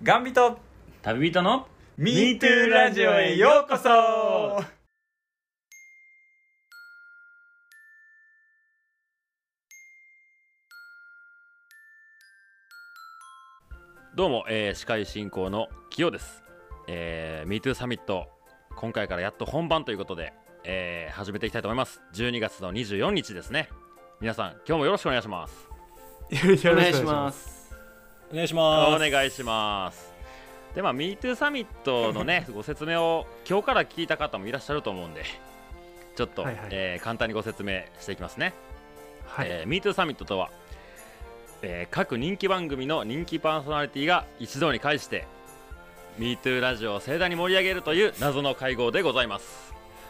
ガンビト旅人の MeToo ラジオへようこそ。 どうも、司会進行のキヨです。MeToo サミット今回からやっと本番ということで、始めていきたいと思います。12月の24日ですね。皆さん今日もよろしくお願いします。 お願いします。 お願いします。 お願いします。でMeToo サミットのねご説明を今日から聞いた方もいらっしゃると思うんで、ちょっと、簡単にご説明していきますね。MeToo サミットとは、各人気番組の人気パーソナリティが一堂に会して MeToo ラジオを盛大に盛り上げるという謎の会合でございます。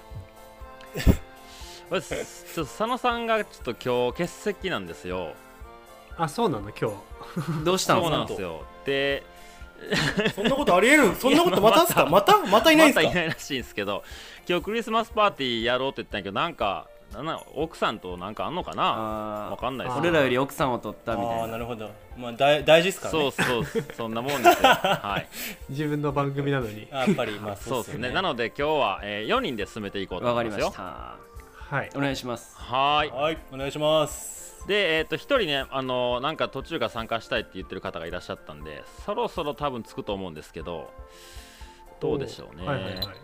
佐野さんがちょっと今日欠席なんですよ。 あ、そうなの今日どうしたんですか。 そうなんですよ。でそんなことありえる？そんなことまたですか？またいないんですか？ またいないらしいんですけど、今日クリスマスパーティーやろうって言ったんやけど、なんか奥さんとなんかあんのかな、わかんないです。 俺らより奥さんを取ったみたいな。 あ、なるほど。まあ大事ですからね。 そうそんなもんですよ。はい。 自分の番組なのに。 やっぱりまあそうですね。なので今日は、4人で進めていこうと思いますよ。 わかりました。 はい。 お願いします。 はい、 お願いします。 で一人ねなんか途中から参加したいって言ってる方がいらっしゃったんで、そろそろ多分つくと思うんですけど、どうでしょうね。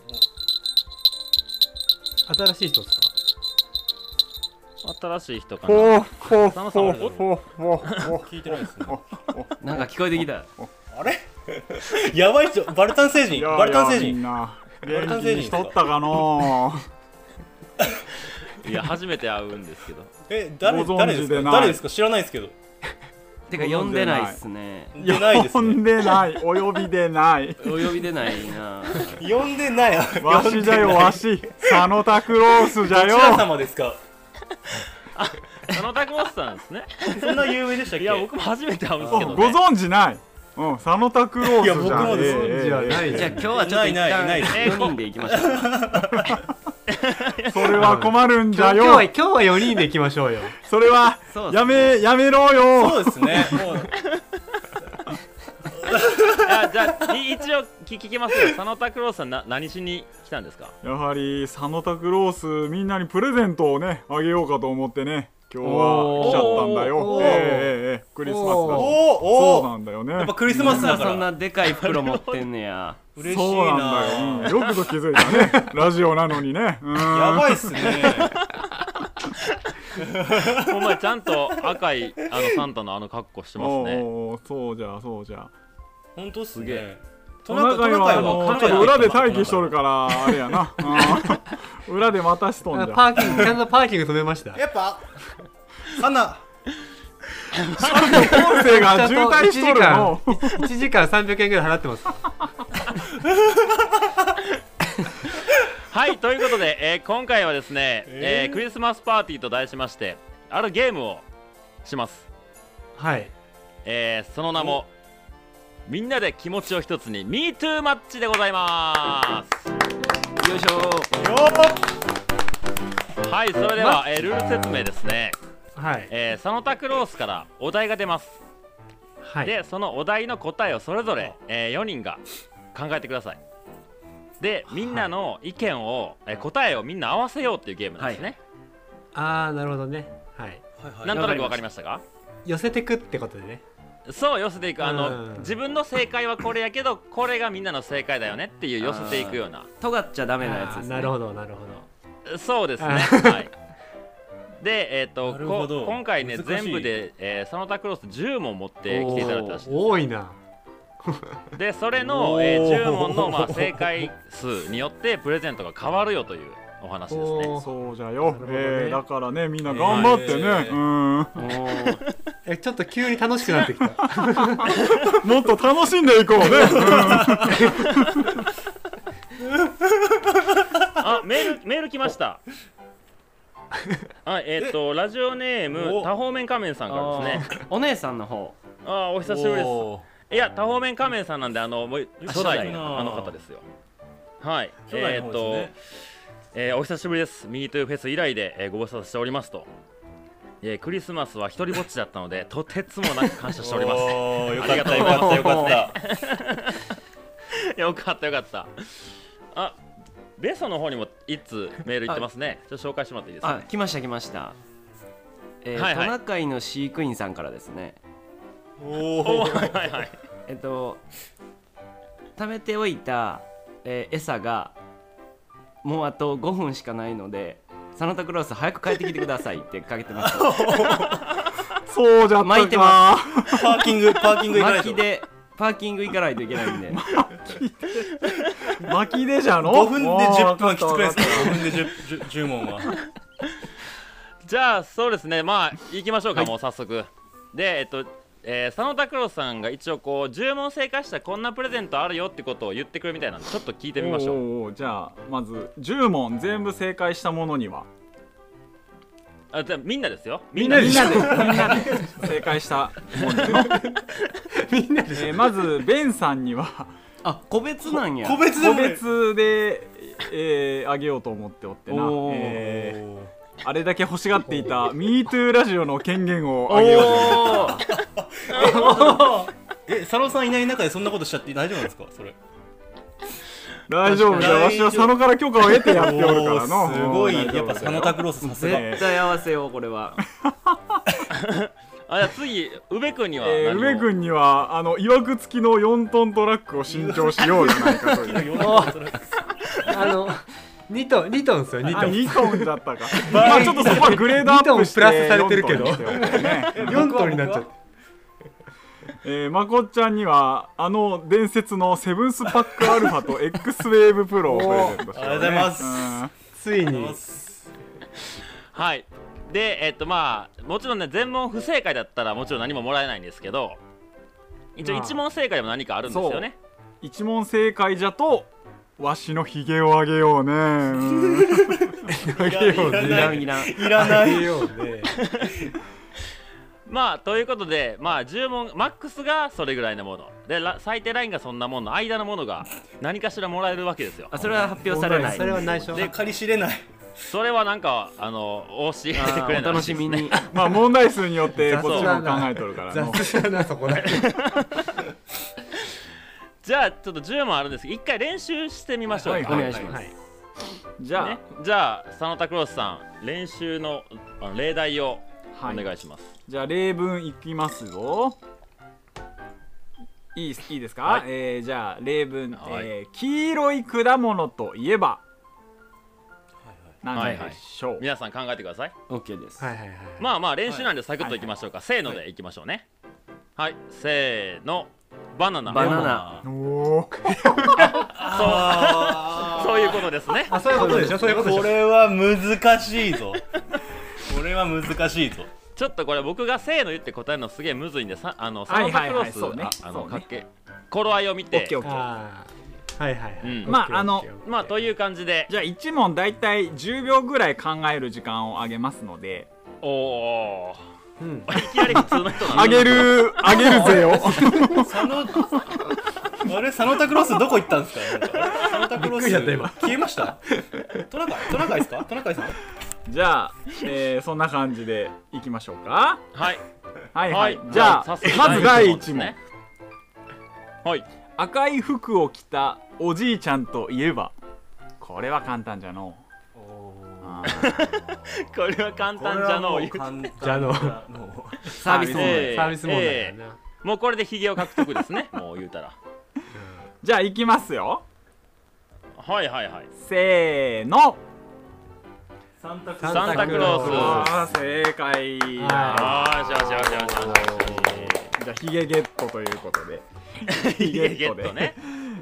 新しい人ですか？ 新しい人かな。佐野さん聞いてないですね。 なんか聞こえてきた。 あれやばい人、バルタン星人。バルタン星人。 元気にしとったかのいや初めて会うんですけど。 誰ですか？知らないですけど。 てか呼んでないっすね。 呼んでない。お呼びでない。 お呼びでないな。 呼んでない。 わしじゃよわし。佐野拓郎スじゃよ。 どちら様ですか？ 佐野拓郎スさんですね。 そんな有名でしたっけ？ いや僕も初めて会うんですけどね。 ご存知ない。佐野拓郎スじゃん。 いや僕もです。 じゃあない。 じゃあ今日はちょっと一旦4人で行きましょう。 それは困るんじゃよ。 今日は4人で行きましょうよ。 それはやめろよ。 そうですね。もうじゃあ一応聞きますよ。佐野拓郎さん何しに来たんですか？ やはり佐野拓郎スみんなにプレゼントをねあげようかと思ってね、今日は来ちゃったんだよ。クリスマスだし。そうなんだよね。 やっぱクリスマスだからそんなでかい袋持ってんねや。 嬉しいな。 そうなんだよ。よくぞ気づいたね。ラジオなのにね。 やばいっすね。 お前ちゃんと赤いサンタの格好してますね。 そうじゃ。 本当っすね。 トナカイはちょっと裏で待機しとるからあれやな。裏で待たしとんじゃ。 ちゃんとパーキング止めました。 やっぱ音声が渋滞しとるの。 1時間300円ぐらい払ってます。 はい、ということで、今回はですね、クリスマスパーティーと題しましてあるゲームをします。 はい。 その名もみんなで気持ちを一つに MeToo マッチでございます。 よいしょ。 はい、それでは、ルール説明ですね。 はい。 佐野拓郎スからお題が出ます。 はい。 でそのお題の答えをそれぞれ、4人が考えてください。でみんなの意見を、答えをみんな合わせようっていうゲームなんですね。 ああ、なるほどね。はい。 なんとなくわかりましたか？ 寄せてくってことでね。 そう寄せていく。自分の正解はこれやけどこれがみんなの正解だよねっていう寄せていくような。 尖っちゃダメなやつですね。 なるほど。 そうですね。はい。で今回ね全部で、佐野拓郎ス10問持ってきていただいたらしいです。 多いな。 でそれの、10問の、正解数によってプレゼントが変わるよというお話ですね。 そうじゃよ。だからねみんな頑張ってね。ちょっと急に楽しくなってきた。 もっと楽しんでいこうね。 あ、メール来ました。ラジオネーム多方面仮面さんからですね。 お姉さんの方。 お久しぶりです。いや多方面仮面さんなんで初代方ですよ。はい。お久しぶりです。MeToo フェス以来で、ご無沙汰しておりますと。 クリスマスは一人ぼっちだったのでとてつもなく感謝しておりますおーよかったよかったよかったよかったよかった。あ、ベソの方にも一通メールいってますね。ちょっと紹介してもらっていいですか、ね。 来ました来ました。 はいはいトナカイの飼育員さんからですね。 おーはいはいはい。 貯めておいた、餌がもうあと5分しかないのでサンタクロース早く帰ってきてくださいってかけてます。 そうじゃったか。 巻いてまパーキング行かないと。 巻きでパーキング行かないといけないんで。 巻きでじゃの。 5分で10分はきつくないですか。5分で 10問は。 じゃあそうですね、まあ行きましょうか、もう早速。でサノタクロスさんが一応こう10問正解したらこんなプレゼントあるよってことを言ってくるみたいなんでちょっと聞いてみましょう。 じゃあまず10問全部正解したものにはじゃあみんなですよ。 みんなで正解したものみんなで、まずベンさんには個別なんや。 個別であげようと思っておってな、あれだけ欲しがっていた MeToo ラジオの権限をあげようと。 佐野さんいない中でそんなことしちゃって大丈夫なんですか。それ大丈夫だ。わしは佐野から許可を得てやっておるからの。 すごいやっぱ佐野タクロスさすが。 絶対合わせようこれは。 じゃあ次宇部君には宇部君にはいわくつきの4トントラックを新調しようじゃないかという。 2トンですよ。 2トンだったか。まあちょっとそこはグレードアップして 2トンプラスされてるけど 4トンになっちゃった。まこっちゃんには伝説のセブンスパックアルファと X ウェーブプロをプレゼントして、 ありがとうございます。 ついに。 はい。でまあもちろんね全問不正解だったらもちろん何ももらえないんですけど、一応1問正解でも何かあるんですよね。 1問正解じゃとわしのひげをあげようね。 いらないよね。 まあということでまあ10問マックスがそれぐらいのもので最低ラインがそんなものの間のものが何かしらもらえるわけですよ。 それは発表されない。 それは内緒で借り知れない。 それはなんか教えてくれない。 お楽しみに。 まあ問題数によってこっちも考えとるからの。 雑だなそこだけ。 じゃあちょっと10問あるんですけど一回練習してみましょう。 お願いします。 じゃあ佐野タクロスさん練習の例題をお願いします。 じゃあ例文いきますよ。いいですか。じゃあ例文、黄色い果物といえば何でしょう。 皆さん考えてください。 OK です。 まあまあ練習なんでサクッといきましょうか。せーのでいきましょうね。はい、せーの。バナナ。そういうことですね。 そういうことでしょ。そういうことでしょ。 これは難しいぞ。 ちょっとこれ僕がせーの言って答えるのすげえむずいんで佐野タクロス頃合いを見て。 まあという感じで、 じゃあ1問だいたい10秒ぐらい考える時間をあげますので。 おお。いきなり普通の人なの。 あげるぜよ。 あれ佐野タクロスどこ行ったんですか。佐野タクロス消えました。トナカイですか。トナカイさん。 じゃあそんな感じでいきましょうか。 はい。 じゃあまず第1問。 はい。 赤い服を着たおじいちゃんといえば。これは簡単じゃの。 これは簡単じゃの。 サービス問題。 もうこれでヒゲを獲得ですね。もう言うたら。 じゃあいきますよ。 はい。 せーの。 サンタクロース。 正解。 じゃあヒゲゲットということで。 ヒゲゲットね。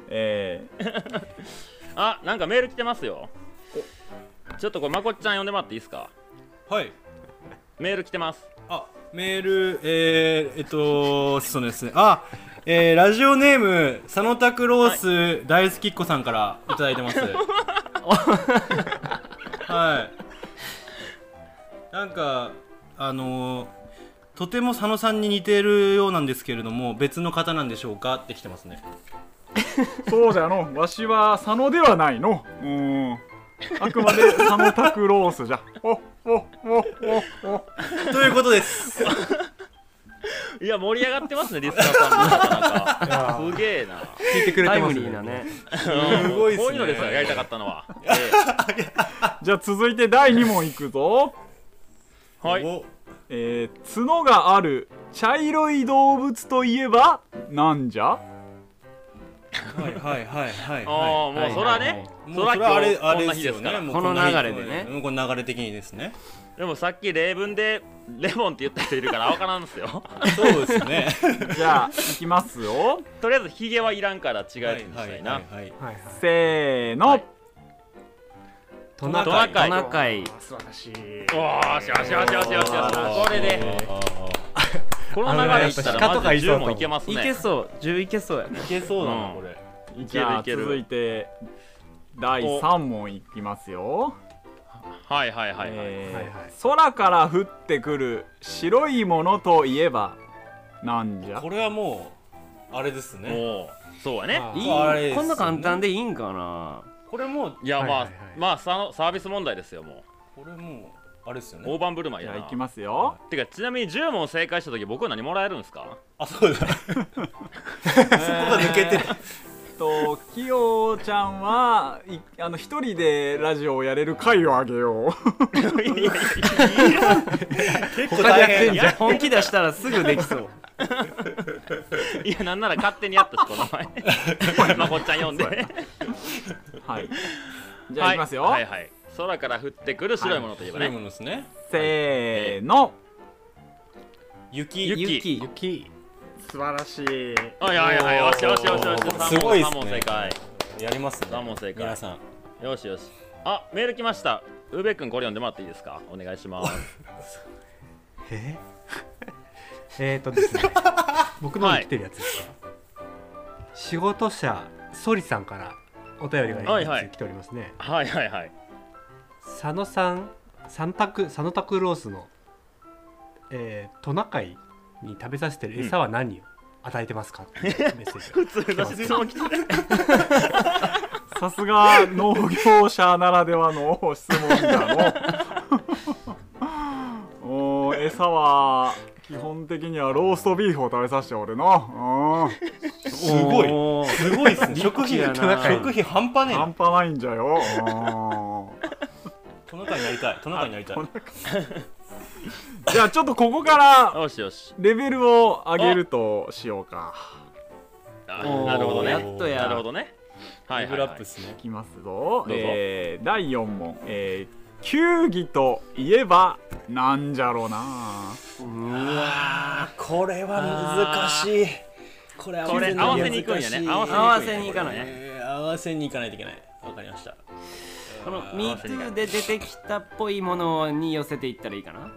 なんかメール来てますよ。ちょっとこれまこっちゃん呼んでもらっていいですか。 はい。 メール来てます。 メールそうですね。ラジオネーム佐野タクロース大好きっ子さんからいただいてます。はい。なんかとても佐野さんに似ているようなんですけれども別の方なんでしょうかって来てますね。 そうじゃの。わしは佐野ではないの。あくまで佐野タクロースじゃ。 ということです。 いや盛り上がってますねリスナーさんもなかなかすげえな。 聞いてくれタイてますね。 ムリーなね。 すごいっすね。 こういうのですよやりたかったのは。 じゃあ続いて第2問いくぞ。 はい。 お角がある茶色い動物といえばなんじゃ？ はいはいはいはいああもうそれはね。それは今日こんな日ですから。 この流れでね。 この流れ的にですね。 でもさっき例文でレモンって言った人いるから分からんですよ。 そうですね。 じゃあいきますよ。 とりあえずヒゲはいらんから違うやつにしたいな。 はいはい。 せーの、 はいトナトナカイ。 トナカイ。 素晴らしい。 おーしよしよしよしよしよし。これでこの流れいったらまず10問いけますね。 いけそう10いけそうやね。 いけそうだなうんこれ。 いじゃあけるいけ続いる。 て第3問いきますよ。 はいはいはいはい。 はいはい空から降ってくる白いものといえばなんじゃ？ これはもうあれですね。 おおそうやね。 あいいあれですよねこんな簡単でいいんかな。 これもういやまあはいはいはいまあサービス問題ですよもこれもうあれですよう。 ね。 大盤振る舞いやな。 じゃあいきますよ。 てかちなみに10問正解した時僕は何もらえるんですか？ あそうだ。そこが抜けてる。 きよちゃんは一人でラジオをやれる回をあげよう。 結構大変。 いや本気出したらすぐできそう。 いやなんなら勝手にやったしこの前。まこっちゃん読んで。 はい。じゃあいきますよ。 はいはい。空から降ってくる白いものといえば白いね。 ものですね。 せーの。 雪。 雪雪。 素晴らしい。 はいはいはいよしよしよしよし。 すごいっす 3問正ね。 解。 やりますね。 3問正解皆さん。 よしよし。あメール来ました。宇部君これ読んでもらっていいですか？お願いします。 ですね。僕のに来てるやつですか。仕事者ソリさんからお便りがはいはい来ておりますね。 はいはいはい。 佐野さん佐野タクロースのトナカイに食べさせてる餌は何を与えてますかっていうメッセージが普通の質問来てる。 さすが農業者ならではの質問だの。餌は基本的にはローストビーフを食べさせておるの。 すごいおーすごいですね。食費リッチやな食費半端ねえな。 半端ないんじゃよ。 トナカイになりたい。トナカイになりたい。 じゃあちょっとここからよしよし。 レベルを上げるとしようか。 あおーなるほどね。 やっとやなるほどね。はいレベルアはいはい。 ップですねい。きますぞ。 どうぞ第4問。球技といえばなんじゃろうな。 これは難しい。これこれ合わせに行くんやね。合わせに行くんやね。 合わせに行かない合わせに行かないといけない。わかりました。 この MeToo で出てきたっぽいものに寄せていったらいいかな。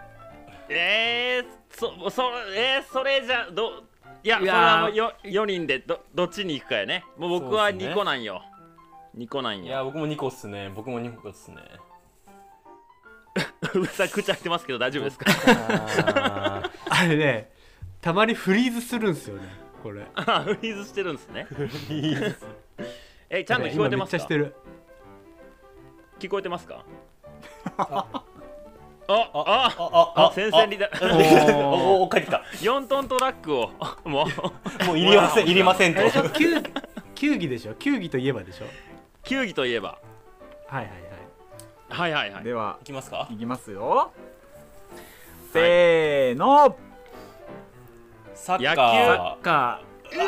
それじゃいやそれはもう4人でどっちに行くかやね。もう僕はそうっすね 2個なんよ。2個なんよ。 いや僕も2個っすね。僕も2個っすね。 うるさく口開いてますけど大丈夫ですか？ あれね、たまにフリーズするんですよねこれ。 あフリーズしてるんですね。ちゃんと聞こえてますか？ 今めっちゃしてる。 聞こえてますか？ あ先生リーダーお帰ってきた。 4トントラックをもうもういりませんいりませんと。 球技でしょ。球技といえばでしょ。 球技といえばはいはいはいはいはい。 ではいきますか。 いきますよ。せーの。 サッカ野球ー。 か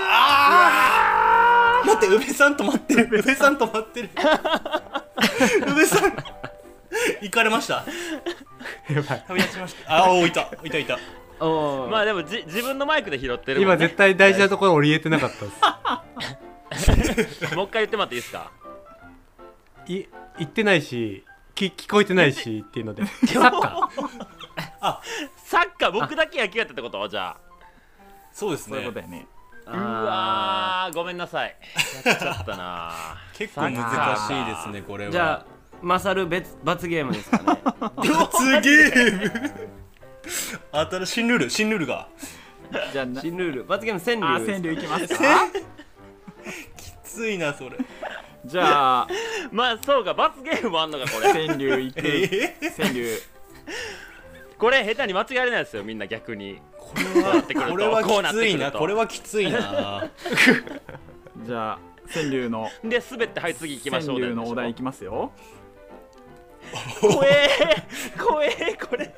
待って、宇部さん止まってる。宇部さん止まってる。宇部さん行かれました。 やばい。 旅立ちました。あ、いた。 おーまあでも自分のマイクで拾ってるもんね。 今絶対大事なところ俺言えてなかったです。 もう一回言ってもらっていいですか？ 言ってないし聞こえてないしっていうのでサッカサッカー僕だけ野球やったってこと？じゃあそうですねそういうこと。やね。 うわーごめんなさい。やっちゃったな。 結構難しいですね、これは。 じゃあマサル罰ゲームですかね。 罰ゲーム。新しい新ルールが。 じゃあ新ルール罰ゲーム川柳川柳いきますか？ きついな、それ。 じゃあまあそうか、罰ゲームもあんのかこれ。 川柳いく。川柳。 これ下手に間違えれないですよみんな逆に。 これはきついな。これは。 はきついな。 じゃあ川柳ので滑ってはい次行きましょう。 川柳のお題いきますよ。 怖え怖えこれ。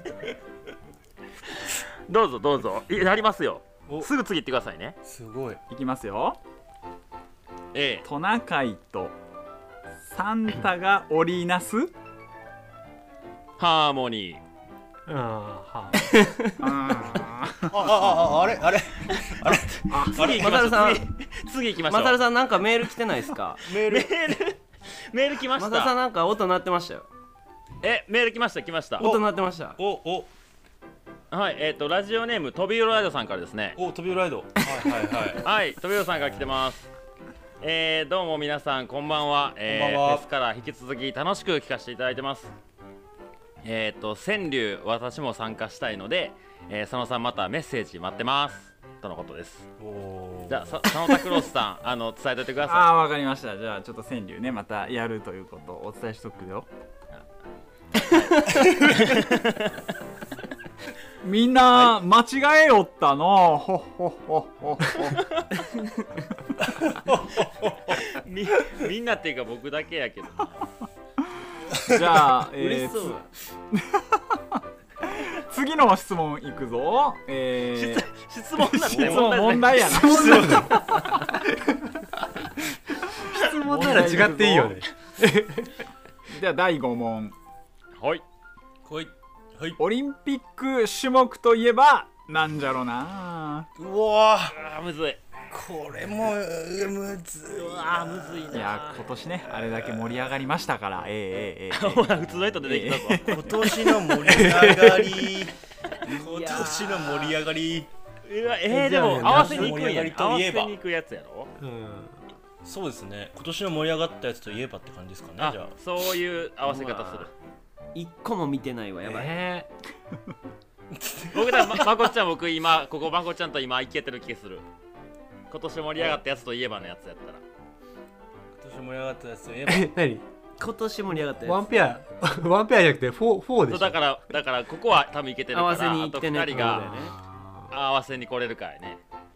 どうぞどうぞ。やりますよ。すぐ次行ってくださいね。 すごい。 いきますよ。トナカイとサンタが織りなすハーモニー。 はあれ次行きましょう。次行きましょう。 マサルさんなんかメール来てないですか？ メール来ました。 マサルさんなんか音鳴ってましたよ。 メール来ました来ました。 音鳴ってました。 はい、ラジオネームトビウロライドさんからですね。 トビウロライド。 はいトビウロさんから来てます。どうも皆さんこんばんは。フェスから引き続き楽しく聞かせていただいてます。川柳私も参加したいので、佐野さんまたメッセージ待ってますとのことです。じゃあ佐野拓郎さん伝えといてください。 わかりました。じゃあちょっと川柳ねまたやるということをお伝えしとくよ。みんな間違えよったの。ほっほっほっほっほ。 みんなっていうか僕だけやけど。 じゃあ、 嬉しそう次の質問いくぞ。 質問なんて問題やな。 質問なら違っていいよね。 では第5問。 はい。 オリンピック種目といえばなんじゃろな。 うわむずい。 これもむずい。 むずいな。 いや今年ねあれだけ盛り上がりましたから。 普通の人出てきたぞ。 今年の盛り上がり。今年の盛り上がり。 でも合わせに行くんや。合わせに行くやつやろ。 そうですね。今年の盛り上がったやつといえばって感じですかね。じゃあそういう合わせ方する。 一個も見てないわ。やばい。 僕だまこっちゃん僕今ここまこちゃんと今いけてる気がする。今年盛り上がったやつといえばのやつやったら。 今年盛り上がったやつといえば。 何？ 今年盛り上がったやつ。 ワンペアじゃなくて4でしょ。 だからここは多分いけてるから。 合わせに行ってね。 あと2人が合わせに来れるからね。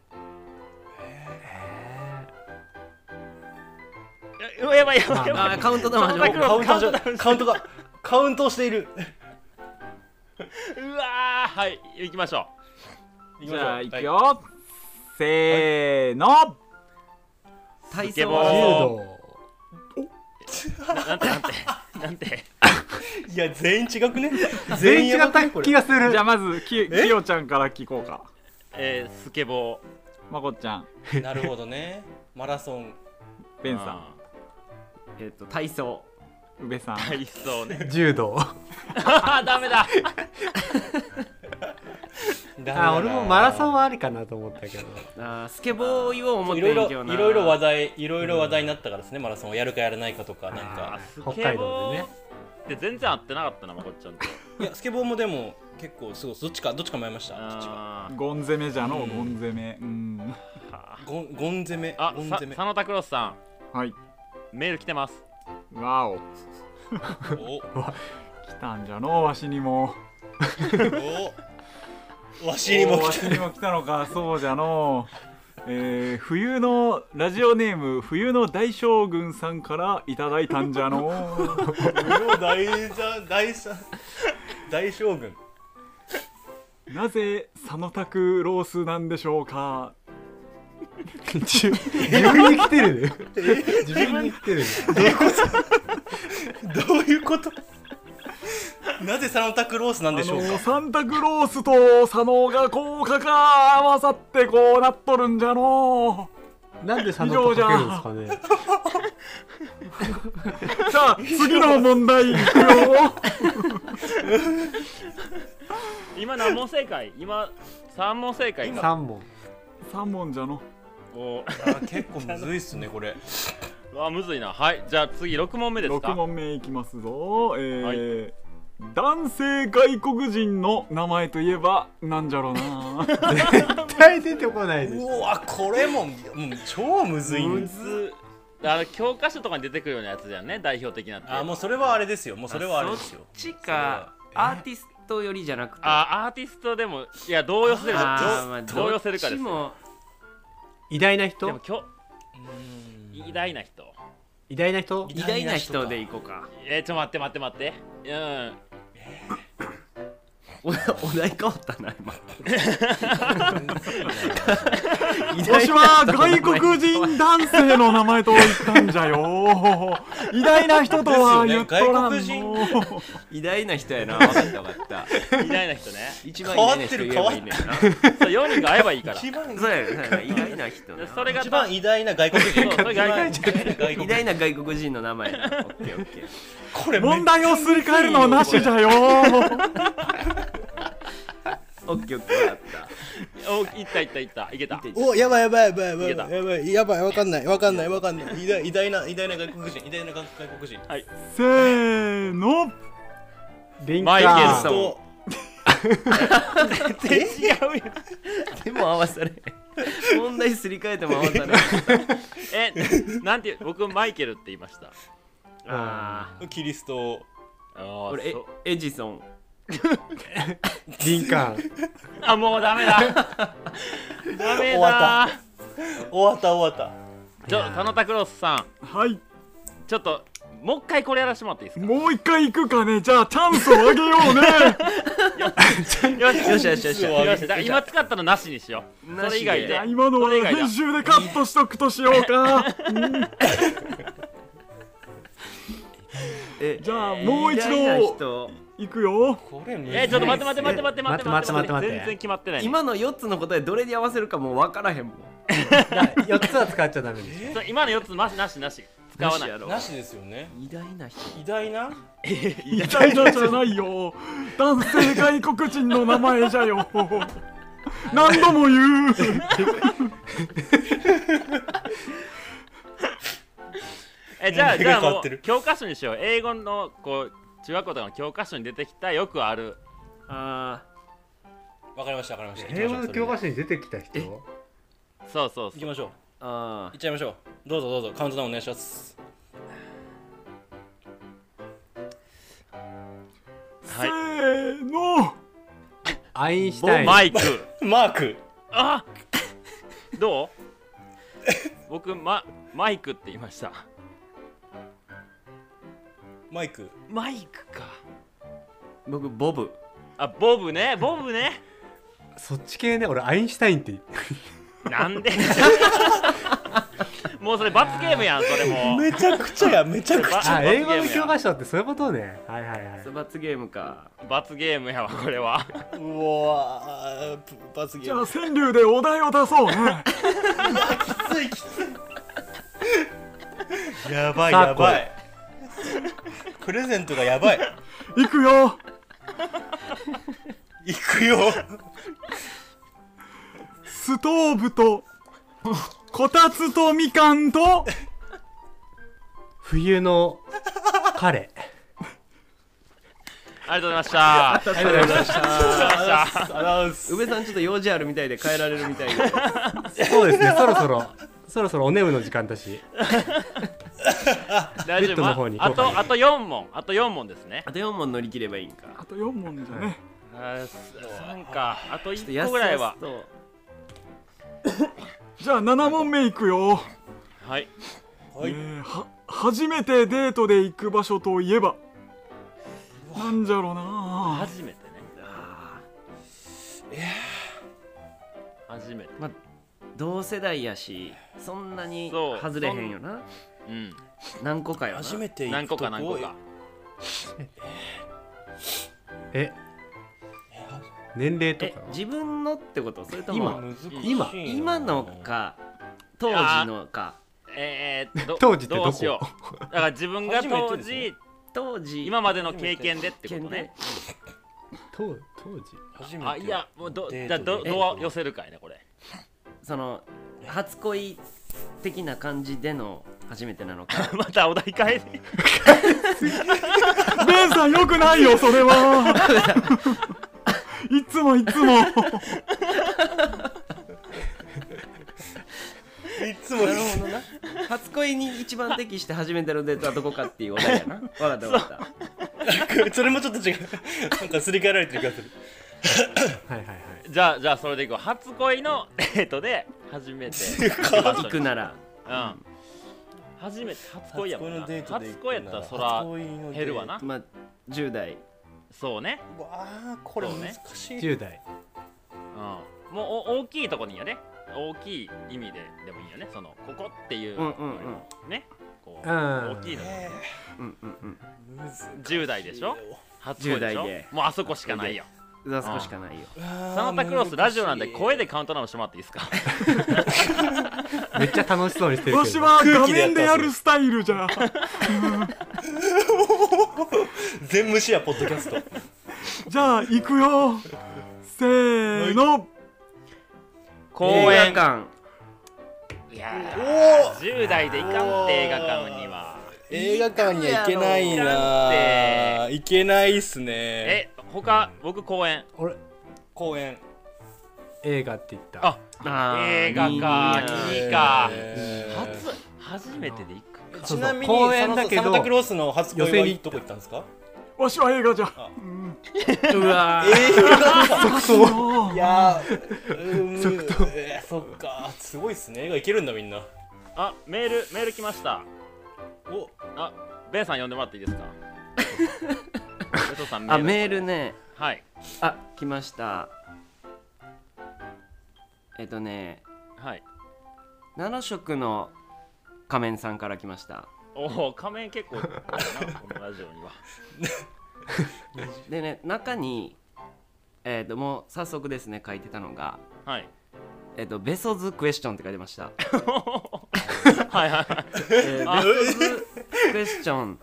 やばい。 カウントダウン始まる。 カウントしている。 うわはい行きましょう。じゃあいくよ。せーの。 体操。 柔道。 なんて。 いや全員違くね。 全員違った気がする。 じゃあまずきよちゃんから聞こうか。 スケボー。まこっちゃん。 なるほどね。マラソン。 ベンさん。 体操。 宇部さん。 体操ね。 柔道。 ダメだ。 俺もマラソンはありかなと思ったけど。 スケボーを思ってるけどな。いろいろ話題になったからですね。マラソンをやるかやらないかとかなんか。 北海道でね。 で全然合ってなかったなまこっちゃんと。 いやスケボーもでも結構すごいどっちか迷いました。 ゴン攻めじゃのゴン攻め。 ゴン攻め。 佐野拓郎さん。はい。 メール来てます。 わお。来たんじゃのわしにも。 わしにも来たのか。そうじゃの。冬のラジオネーム冬の大将軍さんからいただいたんじゃの。 大将軍。 なぜ佐野拓ロースなんでしょうか。 自分に来てる。自分に来てる。 どういうこと？なぜサンタクロースなんでしょうか。 サンタクロースと佐野がこうかか合わさってこうなっとるんじゃの。 なんで佐野とかけるんですかね。 さあ次の問題いくよ。 今何問正解？今3問正解か。 3問じゃの。 結構むずいっすねこれ。 むずいな。はいじゃあ次6問目ですか。 6問目いきますぞ。男性外国人の名前といえばなんじゃろうな。 絶対出てこないです。 うわこれも超むずい。 教科書とかに出てくるようなやつじゃんね、代表的なって。 もうそれはあれですよ、もうそれはあれですよ。 そっちかアーティスト寄りじゃなくて、 アーティストでも、いやどう寄せるか、どう寄せるかですよ。 偉大な人、 でも偉大な人、 偉大な人、 偉大な人でいこうか。 ちょっと待ってお題変わったな今。 わしは外国人男性の名前と言ったんじゃよ。偉大な人とは言っとらんの。 偉大な人やな。分かった偉大な人ね。 一番偉大な人言えばいいねんな。 そう4人が会えばいいから。 そうや偉大な人な。 それが一番偉大な外国人。 偉大な外国人の名前な。オッケーオッケー。 これ問題をすり替えるのはなしじゃよ。 オッケーオッケー、分かった。 いったいけた。 お、やばい、わかんない。偉大な外国人。 はい。 せーの。 マイケルさん。 全然違うよ。でも合わされ。問題すり替えても合わされ。 なんて僕マイケルって言いました。 キリスト。 俺エジソン。 リンカーン。 もうダメだ。 終わった。 サノタクロースさん。 はい。 ちょっともう一回これやらせてもらっていいですか。 もう一回行くかね。じゃあチャンスをあげようね。 よし。 今使ったのなしにしよう。それ以外で。 今のは編集でカットしとくとしようか。じゃあもう一度行くよ。 ちょっと待って。全然決まってない。 今の4つの答えどれに合わせるかもう分からへんもん。 4つは使っちゃダメです。 今の4つなし使わない。 なしですよね。 偉大な人。 偉大なじゃないよ。男性外国人の名前じゃよ。何度も言う。 じゃあもう教科書にしよう。英語の中学校とかの教科書に出てきたよくある。 わかりました。 英語の教科書に出てきた人。 そう。 行きましょう。行っちゃいましょう。どうぞカウントダウンお願いします。 せーの。 アインシュタイン。 マイク。 マーク。 どう？僕マイクって言いました。 マイクか。 僕ボブ。 ボブね。 そっち系ね。俺アインシュタインってなんで。もうそれ罰ゲームやん。それもめちゃくちゃ。 英語の教科書ってそういうことね。はい。 罰ゲームか。 罰ゲームやわこれは。 うわ罰ゲーム。 じゃあ川柳でお題を出そうね。 きつい。やばい。プレゼントがやばい。 行くよ。ストーブとこたつとみかんと冬の彼。 ありがとうございました。 宇部さんちょっと用事あるみたいで帰られるみたいで。そうですね。そろそろお眠の時間だし。 大丈夫。あと4問ですね。 あと4問乗り切ればいいんか。 あと4問じゃね。 3か。あと1個ぐらいは。 じゃあ7問目いくよ。 はい。 初めてデートで行く場所といえばなんじゃろうな。 初めてね。初めて。 同世代やしそんなに外れへんよな。何個かよな。 初めて何個か。 年齢とか自分のってこと？それとも今のか当時のか。 当時ってどこ？ どうしよう。だから自分が当時今までの経験でってことね。 当時初めて。 いやもうどう寄せるかいねこれ。 その初恋的な感じでの初めてなのか。 またお題変えて。 ベンさんよくないよそれは。いつも。 いつもなるほどな。 初恋に一番適して初めてのデートはどこかっていうお題やな。分かった分かった。 それもちょっと違う。なんかすり替えられてる気がする。 はいはいはい。 じゃあそれでいこう。初恋のデートで初めて行くなら。 初恋やもんな。 初恋のデートで初恋やったらそら減るわな。 まあ10代。 そうね。 わあこれ難しい。 10代。 もう大きいとこにいいよね。大きい意味でもいいよね。そのここっていうね。こう大きいの。10代でしょ。初恋でしょ。もうあそこしかないよ。 あそこしかないよ。 サンタクロースラジオなんで声でカウントダウンしてもらっていいですか。 めっちゃ楽しそうにしてるけど。 わしは画面でやるスタイルじゃ。 全無視やポッドキャスト。 じゃあ行くよ。せーの。 公園館。いや10代で行かんって映画館には。 映画館には行けないな。行けないっすね。 他僕公園。 俺公園。 映画って言った。 映画か2か。初めてで行く。 ちなみに公園だけどサンタクロースの初恋はどこ行ったんですか？ わしは映画じゃ。 うわ即答。 いや即答。そっかすごいっすね。映画行けるんだみんな。 メール来ました。ベンさん呼んでもらっていいですか？ベトさんメールね。 はい。 来ました。はい。7色の仮面さんから来ました。 仮面結構あるなこのラジオには。 でね、中にもう早速ですね書いてたのが、 はい。 ベソズクエスチョンって書いてました。 はいはい。 ベソズクエスチョン。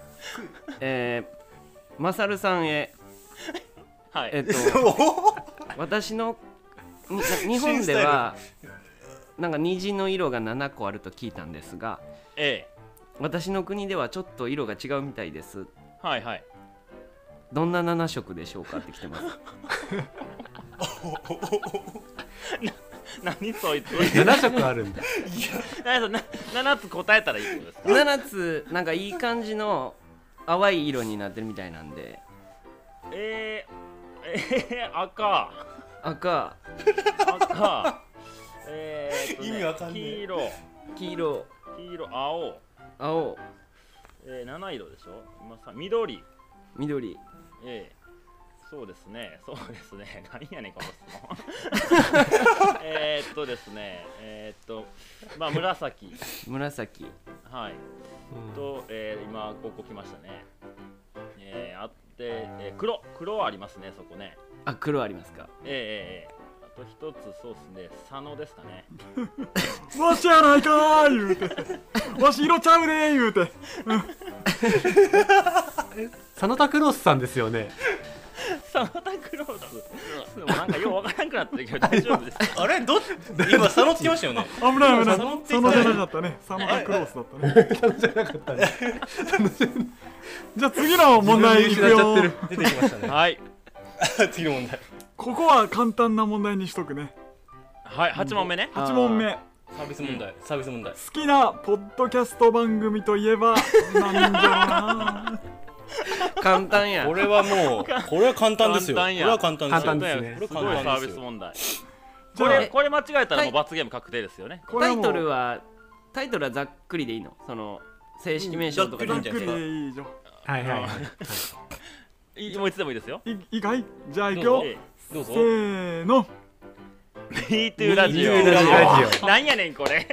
マサルさんへ。 はい。 私の日本ではなんか虹の色が7個あると聞いたんですが、私の国ではちょっと色が違うみたいです。 はいはい。 どんな7色でしょうかって来てます。 何そいつ。 7色あるんだ。 7つ答えたらいいってことですか ？7つなんかいい感じの淡い色になってるみたいなんで。 赤。 意味わかんない。 黄色、青。7色でしょ。今さ緑。そうですね。何やねんこの質問。ですね。まあ紫。はい。今ここ来ましたね。あって黒はありますねそこね。 黒ありますか。 あと一つそうですね。佐野ですかね。 わしやないかー言うて。わし色ちゃうねー言うて。 サノタクロースさんですよね。 サノタクロース。でもなんかようわからんくなってるけど大丈夫ですか？ あれ今佐野って言いましたよね。 危ない。佐野じゃなかったね。サノタクロースだったね。 佐野じゃなかったね。 じゃあ次の問題いくよ。 出てきましたね。 はい。 次の問題。 ここは簡単な問題にしとくね。 はい、8問目ね。 8問目。 サービス問題。 好きなポッドキャスト番組といえばなんじゃろうな。 簡単や。 これは簡単ですよ。これは簡単ですよ。 すごいサービス問題。これ間違えたらもう罰ゲーム確定ですよね。 タイトルはざっくりでいいの？その正式名称とかざっくりでいいじゃん。 はいもういつでもいいですよ。 いいかい？じゃあいくよ。 どうぞ。 せーの。 MeToo ラジオ。なんやねんこれ。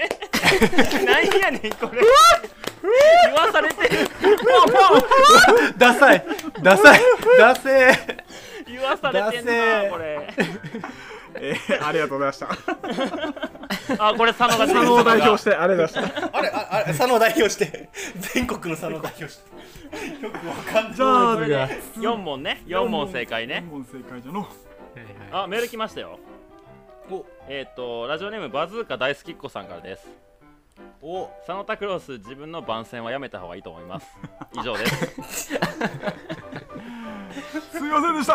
言わされてる。 ダサい。 言わされてんなこれ。 ありがとうございました。 これ佐野を代表してありがとうございました。 あれ佐野を代表して全国の佐野を代表して。よくわかんない。 じゃあこれで4問ね。4問正解ね。 4問正解じゃの。 メール来ましたよ。ラジオネームバズーカ大好きっ子さんからです。サノタクロース自分の番宣はやめた方がいいと思います。以上です。 すみませんでした。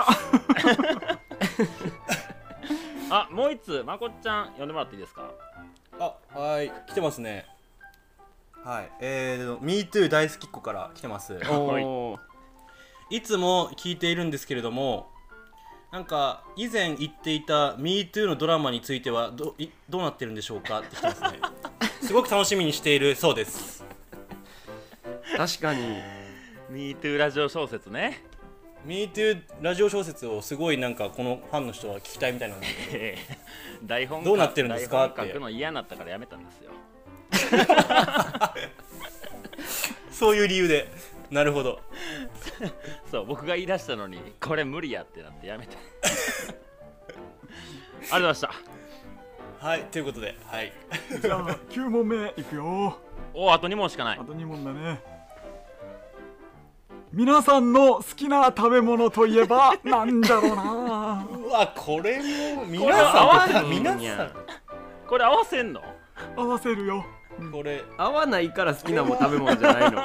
もう一つまこっちゃん呼んでもらっていいですか？ はい、来てますね。 はい、MeToo 大好きっ子から来てます。いつも聞いているんですけれども、なんか以前言っていた MeToo のドラマについてはどうなってるんでしょうかって来てますね。すごく楽しみにしているそうです。 確かに MeToo ラジオ小説ね。 MeToo ラジオ小説をすごいなんかこのファンの人は聞きたいみたいなんですけど台本どうなってるんですかって。 台本書くの嫌になったからやめたんですよ。 そういう理由で。なるほど。 そう僕が言い出したのにこれ無理やってなってやめた。ありがとうございました。 はいということで、はい。 じゃあ9問目いくよ。 あと2問しかない。 あと2問だね。皆さんの好きな食べ物といえばなんだろうな。 うわこれも皆さんこれ合わせんの？ 合わせるよ。 これ合わないから好きなも食べ物じゃないの。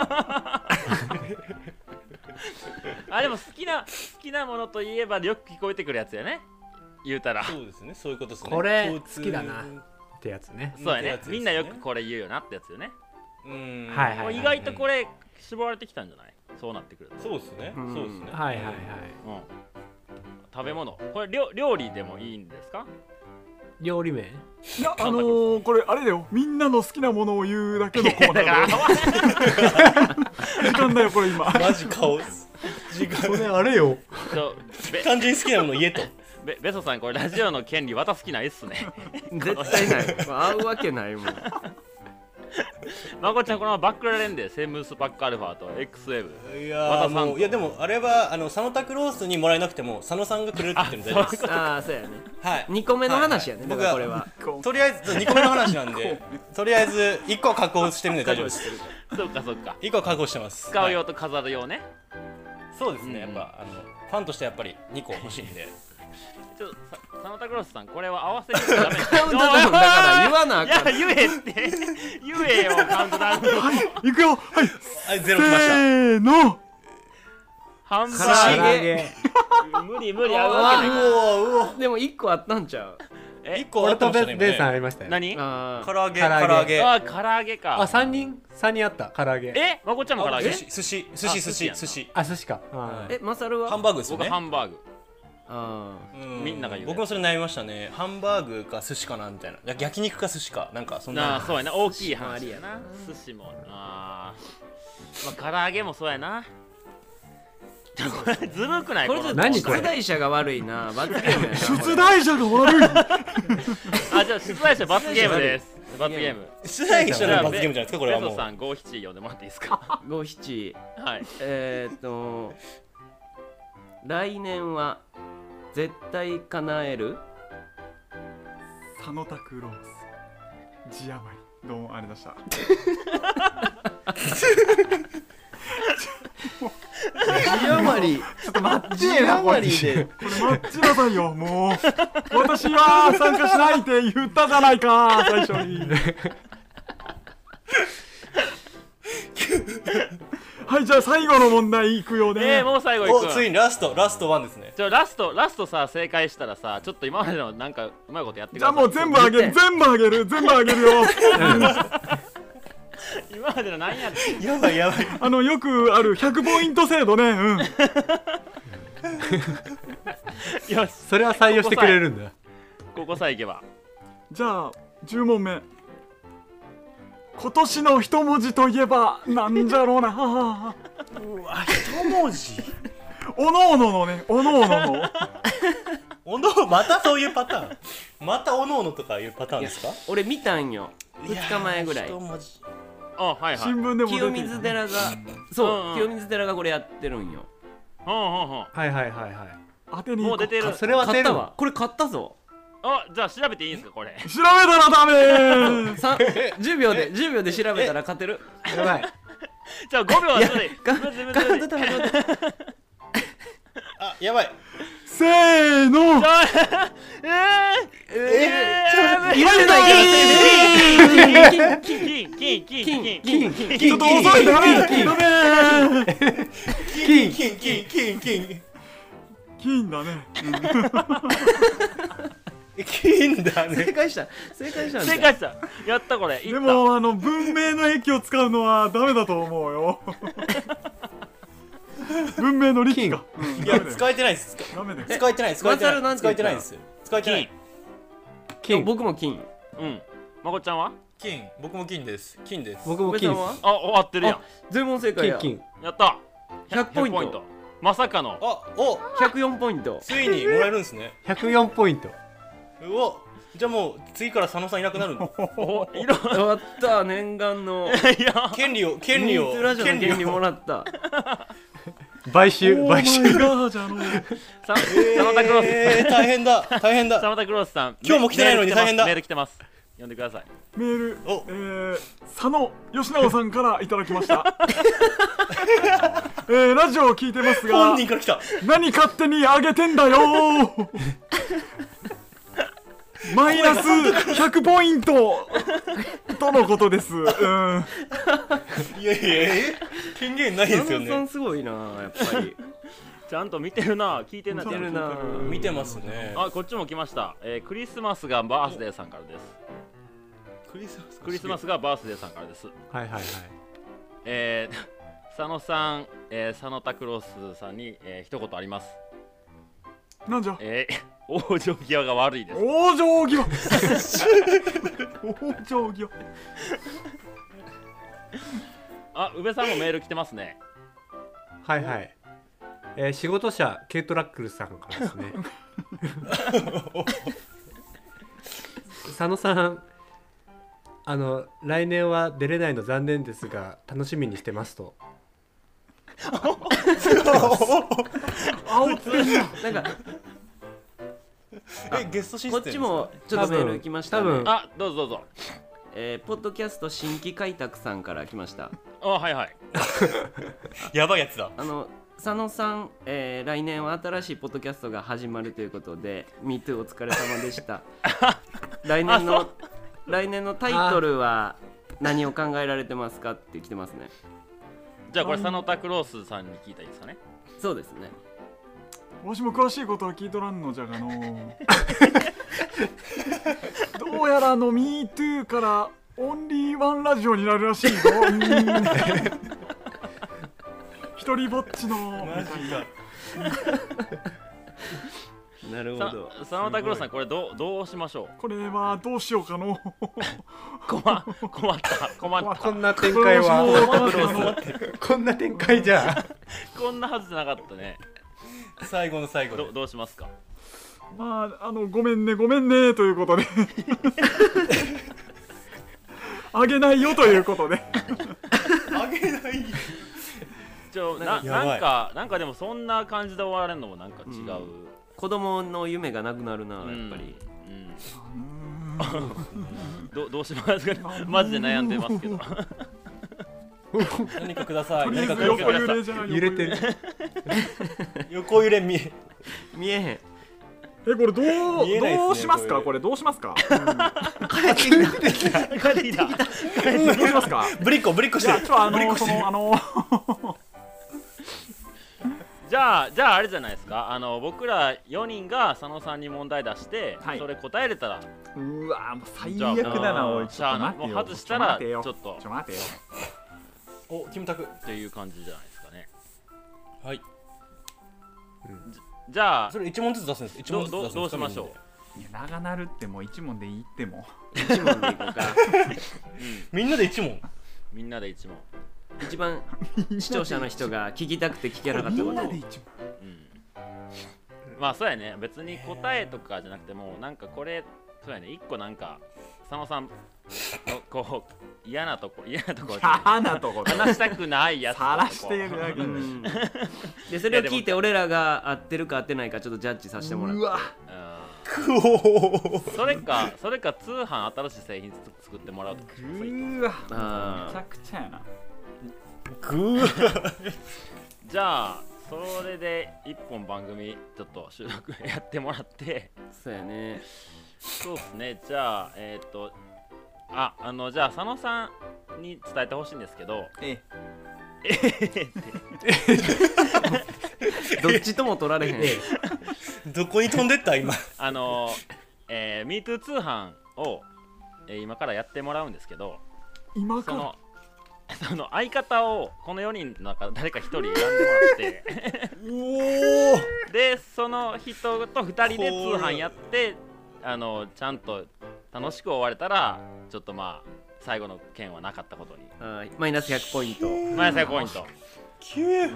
あでも好きなものといえばよく聞こえてくるやつやね。言うたら。 そうですね、そういうことですね。 これ好きだなってやつね。 そうやね。みんなよくこれ言うよなってやつよね。 はいはい。 意外とこれ絞られてきたんじゃない？そうなってくる。 そうですね。そうですね。 はいはいはい。 食べ物。これ料理でもいいんですか？ 料理名？ いやこれあれだよ。みんなの好きなものを言うだけのコーナーだよ。時間だよこれ今。 マジカオス。 時間。これあれよ。 単純に好きなもの言えと。 ベソさんこれラジオの権利渡す気ないっすね。 絶対ない。合うわけないもん。 まこちゃんこのままバックられんで、セムスパックアルファと XWeb。 いやでもあれは佐野拓ロースにもらえなくても佐野さんがくれるって言ってるんで大丈夫です。 ああそうやね。 はい。 2個目の話やね。僕はこれは。 とりあえず2個目の話なんで、とりあえず1個確保してるんで大丈夫です。 そうかそうか。 1個確保してます。 使う用と飾る用ね。 そうですね。やっぱファンとしてやっぱぱり2個欲しいんで。 ちょっと佐野拓郎さんこれは合わせてダメ。 カウントダウンだから言わなあかん。 いや言えって言えよカウントダウン。 はいいくよ。はいゼロ来ました。 せーの。 ハンバーグ。無理合うわけない。 でも1個あったんちゃう。 1個あったんじゃない。 ベンさんありましたよ。 何？ 唐揚げ。あ唐揚げか。 あ3人あった唐揚げ。 まこちゃんも唐揚げ？ 寿司。 あ寿司か。 マサルは？ ハンバーグですよね。 僕ハンバーグ。 みんなが言う。僕もそれ悩みましたね。ハンバーグか寿司かなみたいな。焼肉か寿司かなんかそんな。 そうやな大きい話やな。寿司も唐揚げもそうやな。これずるくない？ これ何これ？出題者が悪いな。罰ゲームやな。 出題者が悪い。 じゃあ出題者罰ゲームです。罰ゲーム。 出題者の罰ゲームじゃないですかこれはもう。 ベソさん5、7読んでもらっていいですか ？5、7。 はい。 来年は絶対叶える佐野拓郎字余り。どうもありがとうございました。 字余り。 ちょっと待って字余りでこれ待ちなさいよ。もう私は参加しないって言ったじゃないか最初に。はいじゃあ最後の問題いくよね。 もう最後いく。 ついにラスト1ですね。 じゃあラストさ正解したらさちょっと今までのなんかうまいことやってください。 じゃあもう全部あげるよ。 今までの何やってやばいよくある100ポイント制度ね。 よしそれは採用してくれるんだ。 ここさえいけば。 じゃあ10問目。今年の一文字といえばなんじゃろうな。 うわ一文字。 おのおののね。おのおのの。 またそういうパターン。またおのおのとかいうパターンですか？ 俺見たんよ。2日前ぐらい。 新聞でも清水寺が清水寺がこれやってるんよ。 はい当てにもう出てる。 それは買ったわ。これ買ったぞ。 じゃあ調べていいんですかこれ？ 調べたらダメー。 10秒で調べたら勝てる。 やばい。 じゃあ5秒はでやばい。 せーの。 入れない。金。 ちょっと遅い。ダメ。金だね。 金だね。 正解したやったこれ。 でも文明の駅を使うのはダメだと思うよ。文明の利器か。 いや使えてないです。 ダメだよ。 使えてないです。使えてないです。使えてない。 金。僕も金。 うん。まこちゃんは？ 金。僕も金です。金です。 僕も金です。 あ、終わってるやん。 全問正解や。 金。 やった。 100ポイント。 まさかの。 104ポイント。 ついにもらえるんですね。 104ポイント。 うわ、じゃあもう次から佐野さんいなくなるの？ やった念願の権利をミートラジオの権利もらった。 買収。 佐野田クロス。 大変だ。 佐野田クロスさん。 今日も来てないのに大変だ。 メール来てます。読んでください。 メール、佐野義直さんからいただきました。ラジオを聞いてますが、 本人から来た。 何勝手にあげてんだよ。マイナス100ポイントとのことです。いや権限ないですよね。 佐野さんすごいな、やっぱり。 ちゃんと見てるな、聞いてるな。 見てますね。 あ、こっちも来ました。クリスマスがバースデーさんからです。クリスマスがバースデーさんからです。 はいはいはい。 佐野さん、佐野拓郎さんに、一言あります。 なんじゃ。 往生際が悪いです。 往生際。往生際。 あ、宇部さんもメール来てますね。 はいはい。仕事者ケイトラックルさんからですね。佐野さん、来年は出れないの残念ですが楽しみにしてますと。 なんかゲストシステム。 こっちもちょっとメール来ましたね。 多分あ、どうぞ。 ポッドキャスト新規開拓さんから来ました。 あ、はいはい。 やばいやつだ。 佐野さん、来年は新しいポッドキャストが始まるということで MeToo お疲れ様でした。来年のタイトルは何を考えられてますかって来てますね。 じゃあこれ佐野拓郎さんに聞いたらいいですかね。 そうですね。 わしも詳しいことは聞いとらんのじゃがの。どうやらMeToo からオンリーワンラジオになるらしいぞ。一人ぼっちの。 マジか。 なるほど。 佐野拓郎さん、これどうしましょう。 これはどうしようかの。 困った。 こんな展開は。こんな展開じゃ。 こんなはずじゃなかったね。 最後の最後でどうしますか。 まあごめんねということで。あげないよということで。 あげない。 なんかでもそんな感じで終わられるのもなんか違う。 子供の夢がなくなるな、やっぱり。 どうしますか。マジで悩んでますけど。 何かください。何か横揺れじゃ揺れてる。 横揺れ見えへん。 これどうしますか。これどうしますか。 帰ってきた。 どうしますか。 ブリッコしてる。 じゃああれじゃないですか。僕ら4人が佐野さんに問題出して、それ答えれたら。 うわもう最悪だな。おい、ちょっと待ってよ。 もう外したらちょっと待てよ。 お、キムタクっていう感じじゃないですかね。 はい。 じゃあそれ1問ずつ出すんです。 どうしましょう。いや長なるっても1問でいいっても。 1問でいこうか。 みんなで1問。 みんなで1問。 一番視聴者の人が聞きたくて聞けなかったこと。 まあそうやね。別に答えとかじゃなくてもなんかこれそうやね。1個なんか佐野さんのこう嫌なとこ話したくないやつ晒してるだけでそれを聞いて俺らが合ってるか合ってないかちょっとジャッジさせてもらって。 それか通販新しい製品作ってもらうとか。 めちゃくちゃやな。 じゃあそれで1本番組ちょっと収録やってもらって。 そうやね。 そうですね。じゃあじゃあ佐野さんに伝えてほしいんですけど。 どっちとも取られへん。 どこに飛んでった今。 MeToo 通販を、今からやってもらうんですけど、 今からその相方をこの4人の中誰か1人選んでもらってでその人と2人で通販やってちゃんと楽しく終われたらちょっとまあ最後の件はなかったことにマイナス100ポイント。 マイナス100ポイント。 9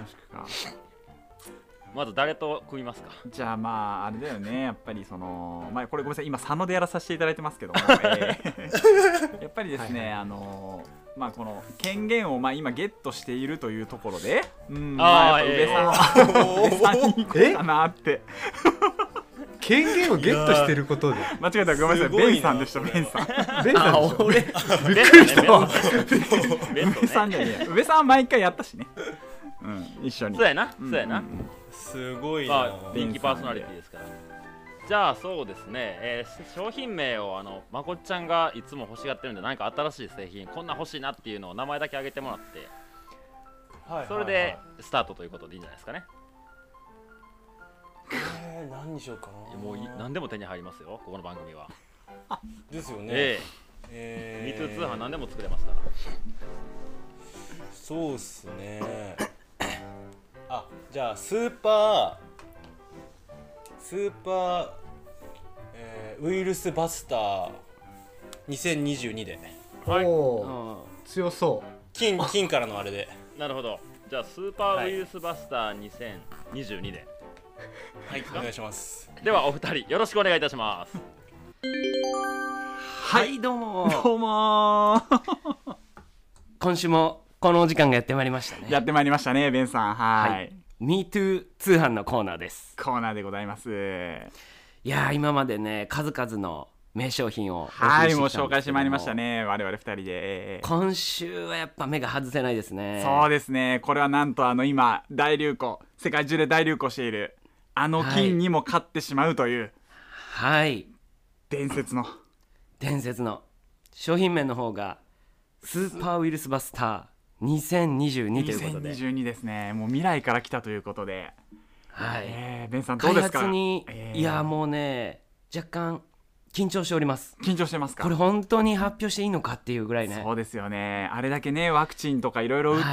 まず誰と組みますか？ じゃあまああれだよね、やっぱりそのまあこれごめんなさい、今佐野でやらさせていただいてますけども、やっぱりですね、まあこの権限をまあ今ゲットしているというところで、まあやっぱ宇部さんに行こうかなって。 権限をゲットしてることで間違えた、ごめんなさい、ベンさんでした。ベンさんでしょ。 俺びっくりしたわ。宇部さんじゃねえ、宇部さんは毎回やったしね、一緒に。 そうやな、そうやな。 すごいな、 人気パーソナリティですから。じゃあそうですね、商品名をまこっちゃんがいつも欲しがってるんで、何か新しい製品こんな欲しいなっていうのを名前だけ挙げてもらって、それでスタートということでいいんじゃないですかね。 何にしようかな。 もう何でも手に入りますよ、ここの番組は。 ですよね。 MeToo 通販何でも作れますから。 そうっすね。じゃあスーパー、ウイルスバスター2022で、 はい、 強そう。 金からのあれで。 なるほど。じゃあスーパーウイルスバスター2022で、 はい、お願いします。 ではお二人よろしくお願いいたします。 はい、どうもどうも今週もこのお時間がやってまいりましたね。 やってまいりましたね、ベンさん。はい、 MeToo 通販のコーナーです。 コーナーでございます。 いやー、今までね数々の名商品をはい、もう紹介してまいりましたね、我々2人で。 今週はやっぱ目が外せないですね。 そうですね、これはなんと今大流行、世界中で大流行している菌にも勝ってしまうという、 はい、 伝説の商品名の方がスーパーウイルスバスター2022ということで、 2022ですね。もう未来から来たということで、 はい、 ベンさんどうですか？ 開発に、いやもうね若干緊張しております。 緊張してますか？ これ本当に発表していいのかっていうぐらいね。 そうですよね、あれだけねワクチンとかいろいろ打って、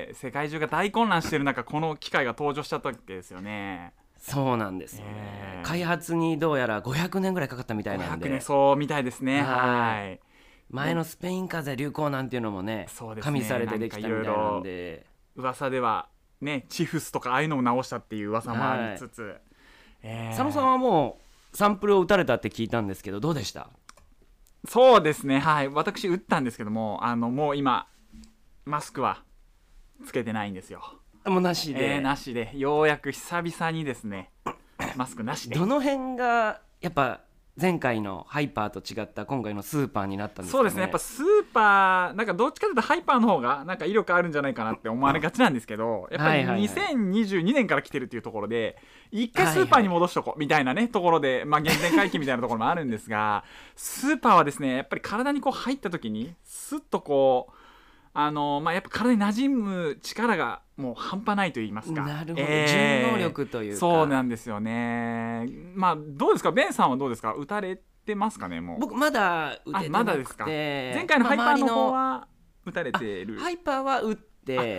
世界中が大混乱してる中、この機械が登場しちゃったわけですよね。 そうなんですよね、開発にどうやら500年ぐらいかかったみたいなんで。 500年、そうみたいですね。はい、 前のスペイン風邪流行なんていうのもね、加味されてできたみたいなんで、 噂ではねチフスとかああいうのも治したっていう噂もありつつ、 佐野さんはもうサンプルを打たれたって聞いたんですけど、どうでした？ そうですね、はい、私打ったんですけども、もう今マスクはつけてないんですよ。 もうなしで、 なしで、ようやく久々にですねマスクなしで。 どの辺がやっぱ前回のハイパーと違った今回のスーパーになったんですかね？ そうですね、やっぱスーパーなんかどっちかというとハイパーの方がなんか威力あるんじゃないかなって思われがちなんですけど、やっぱり2022年から来てるっていうところで一回スーパーに戻しとこうみたいなねところで、まあ原点回帰みたいなところもあるんですが、スーパーはですねやっぱり体にこう入った時にスッとこうやっぱ体に馴染む力がもう半端ないと言いますか。 なるほど、順応力というか。 そうなんですよね。まあどうですか、ベンさんはどうですか、打たれてますかね？もう僕まだ打ててなくて。 まだですか。前回のハイパーの方は打たれてる。 ハイパーは打って、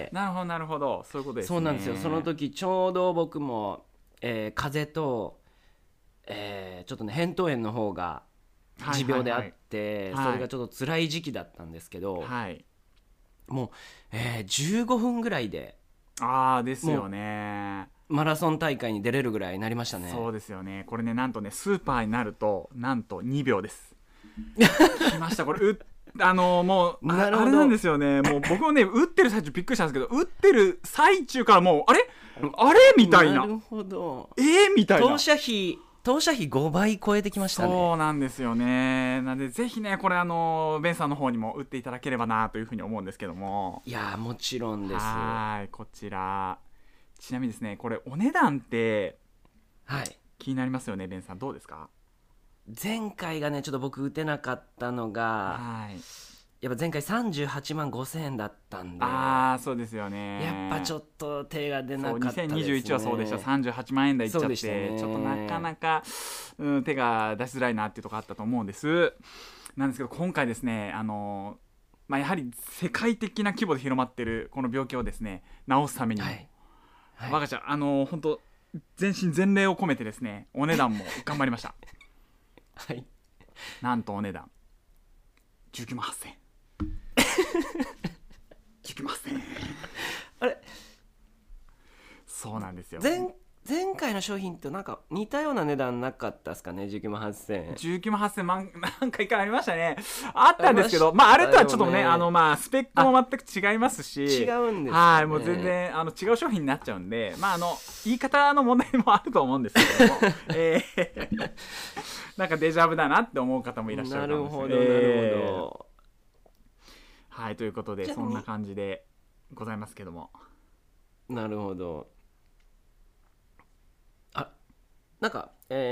なるほどなるほど、そういうことですね。 そうなんですよ。その時ちょうど僕も、風邪と、ちょっとね扁桃炎の方が持病であって、それがちょっと辛い時期だったんですけど、もう、15分ぐらいでですよね、 マラソン大会に出れるぐらいになりましたね。 そうですよね。これねなんとねスーパーになるとなんと2秒です来ましたこれ。もうあれなんですよね。もう僕もね打ってる最中びっくりしたんですけど、打ってる最中からもうあれみたいな。 なるほど。 みたいな。 当社費5倍超えてきましたね。 そうなんですよね。なんでぜひねこれベンさんの方にも打っていただければなというふうに思うんですけども。 いやもちろんです。 こちらちなみにですね、これお値段って気になりますよね、ベンさんどうですか？ 前回がねちょっと僕打てなかったのが、 やっぱ前回38万5千円だったんで、 ああそうですよね。 やっぱちょっと手が出なかったですね。 そう2021はそうでした。38万円台いっちゃって、 ね、 ちょっとなかなか、手が出しづらいなっていうところあったと思うんです。なんですけど今回ですねやはり世界的な規模で広まっているこの病気をですね治すためにも、我が社本当全身全霊を込めてですねお値段も頑張りましたはいなんとお値段19万8000円19万8000円あれそうなんですよ。 前回の商品となんか似たような値段なかったですかね。19万8000円 19万8000万何回かありましたね。あったんですけどあれとはちょっとねスペックも全く違いますし違うんですよね。 はいもう全然違う商品になっちゃうんで言い方の問題もあると思うんですけどもなんかデジャブだなって思う方もいらっしゃるかもしれない。 なるほど、 はいということでそんな感じでございますけども。 なるほど。なんか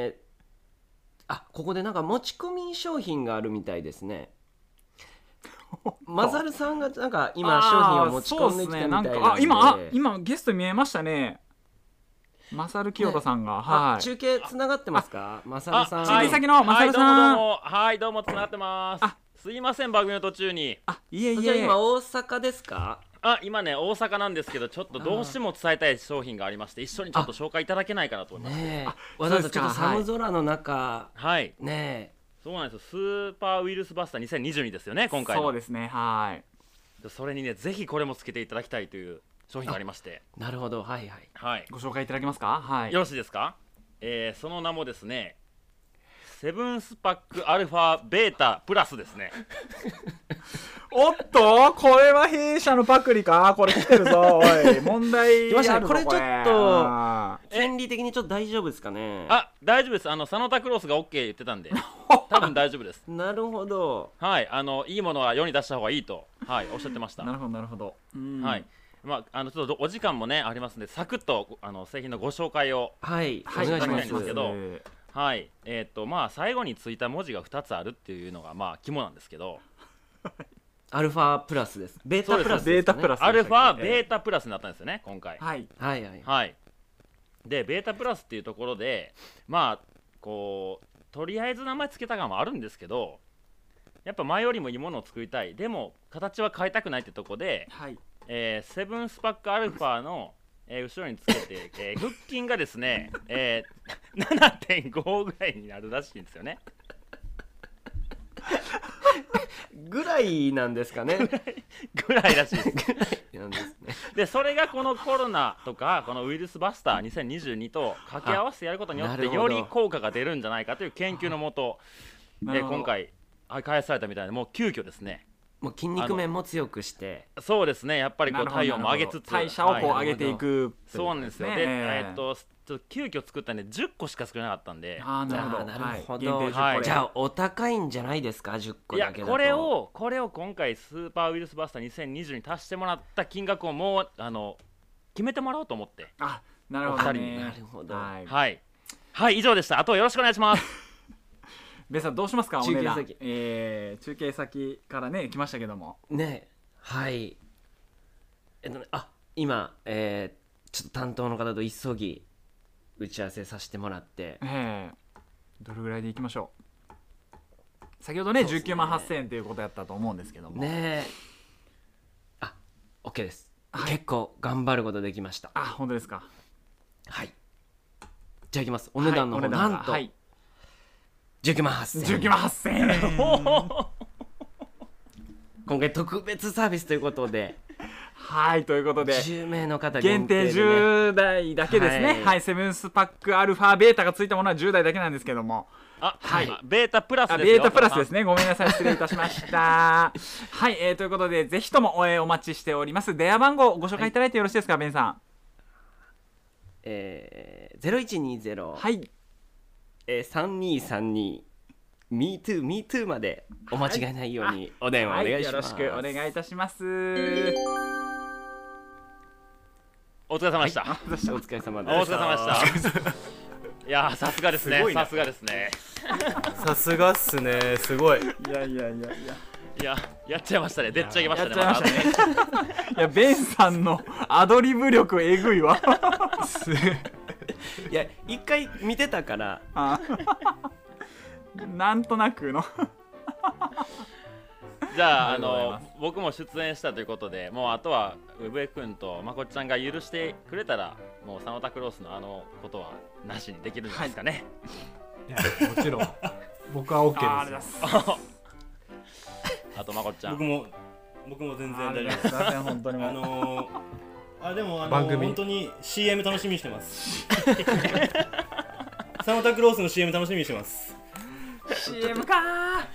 ここでなんか持ち込み商品があるみたいですね。マザルさんがなんか今商品を持ち込んできたみたいなんで、 今ゲスト見えましたね。マサル清田さんが、はい。 中継つながってますか、マサルさん。 中継先のマサルさん。 はいどうもつながってます。すいません番組の途中に。 いえ。 じゃあ今大阪ですか？ 今ね大阪なんですけどちょっとどうしても伝えたい商品がありまして一緒にちょっと紹介いただけないかなと思います。 わざわざちょっと寒空の中、 はいねそうなんですよ。スーパーウイルスバスター2022ですよね今回の。 そうですねはい。 それにねぜひこれもつけていただきたいという商品がありまして。 なるほどはいご紹介いただけますか？はい。 よろしいですか？その名もですねセブンスパックアルファベータプラスですね。 おっとこれは弊社のパクリか？これ来てるぞおい問題来ましたね。これちょっと権利的にちょっと大丈夫ですかね？ 大丈夫です。サノタクロースが OK 言ってたんで多分大丈夫です。 なるほど。 はいいいものは世に出した方がいいとおっしゃってました。 なるほどはいちょっとお時間もねありますのでサクッと製品のご紹介をお願いします。 んですけど最後についた文字が2つあるっていうのが肝なんですけどアルファプラスです。ベータプラスです、ね、 アルファベータプラスになったんですよね今回。 はいでベータプラスっていうところでとりあえず名前つけた感もあるんですけどやっぱ前よりもいいものを作りたいでも形は変えたくないってとこで、セブンスパックアルファの後ろにつけて、腹筋がですね、7.5 ぐらいになるらしいんですよね。 ぐらいなんですかね。 ぐらいらしいです。 なんですね。 でそれがこのコロナとかこのウイルスバスター2022と掛け合わせてやることによってより効果が出るんじゃないかという研究のもと、今回開発されたみたいでもう急遽ですねもう筋肉面も強くしてそうですねやっぱり体温も上げつつ代謝を上げていく、 そうなんですよ。でちょっと急遽作ったんで10個しか作れなかったんでなるほど、じゃあお高いんじゃないですか10個だけだと。 これを今回スーパーウイルスバスター2020に足してもらった金額をもう決めてもらおうと思って。 なるほどね。なるほど。 はい以上でした。あとよろしくお願いします。 ベさんどうしますか？お値段中継先からね来ましたけどもね。はい今ちょっと担当の方と急ぎ打ち合わせさせてもらって、 どれぐらいでいきましょう？先ほどね19万8000円ということやったと思うんですけどもね。OK です、結構頑張ることできました。 本当ですか？ はいじゃあいきます。お値段の方、なんと19万8000円。 19万8000円今回特別サービスということでということで 10名の方限定10台だけですね。セブンスパックアルファベータがついたものは10台だけなんですけどもベータプラスですよ。 ベータプラスですね。ごめんなさい失礼いたしましたということでぜひともお待ちしております。電話番号ご紹介いただいてよろしいですか？ベンさん。 0120 3232 MeToo までお間違いないようにお電話お願いします。 よろしくお願いいたします。 お疲れ様でした。 お疲れ様でした。いやさすがですね。さすがですね。 さすがっすね。すごい。 いやいややっちゃいましたね。でっちゃいましたね。 やっちゃいましたね。いやベンさんのアドリブ力えぐいわ。 いや一回見てたからなんとなくの。 じゃあ僕も出演したということで、もうあとはウブエ君とまこっちゃんが許してくれたら、もうサノタクロースのことはなしにできるんじゃないですかね。 いやもちろん僕は OK です。 あとまこっちゃん。 僕も全然大丈夫です。 本当にでも番組本当に CM 楽しみにしてます。サノタクロースの CM 楽しみにしてます。 CM か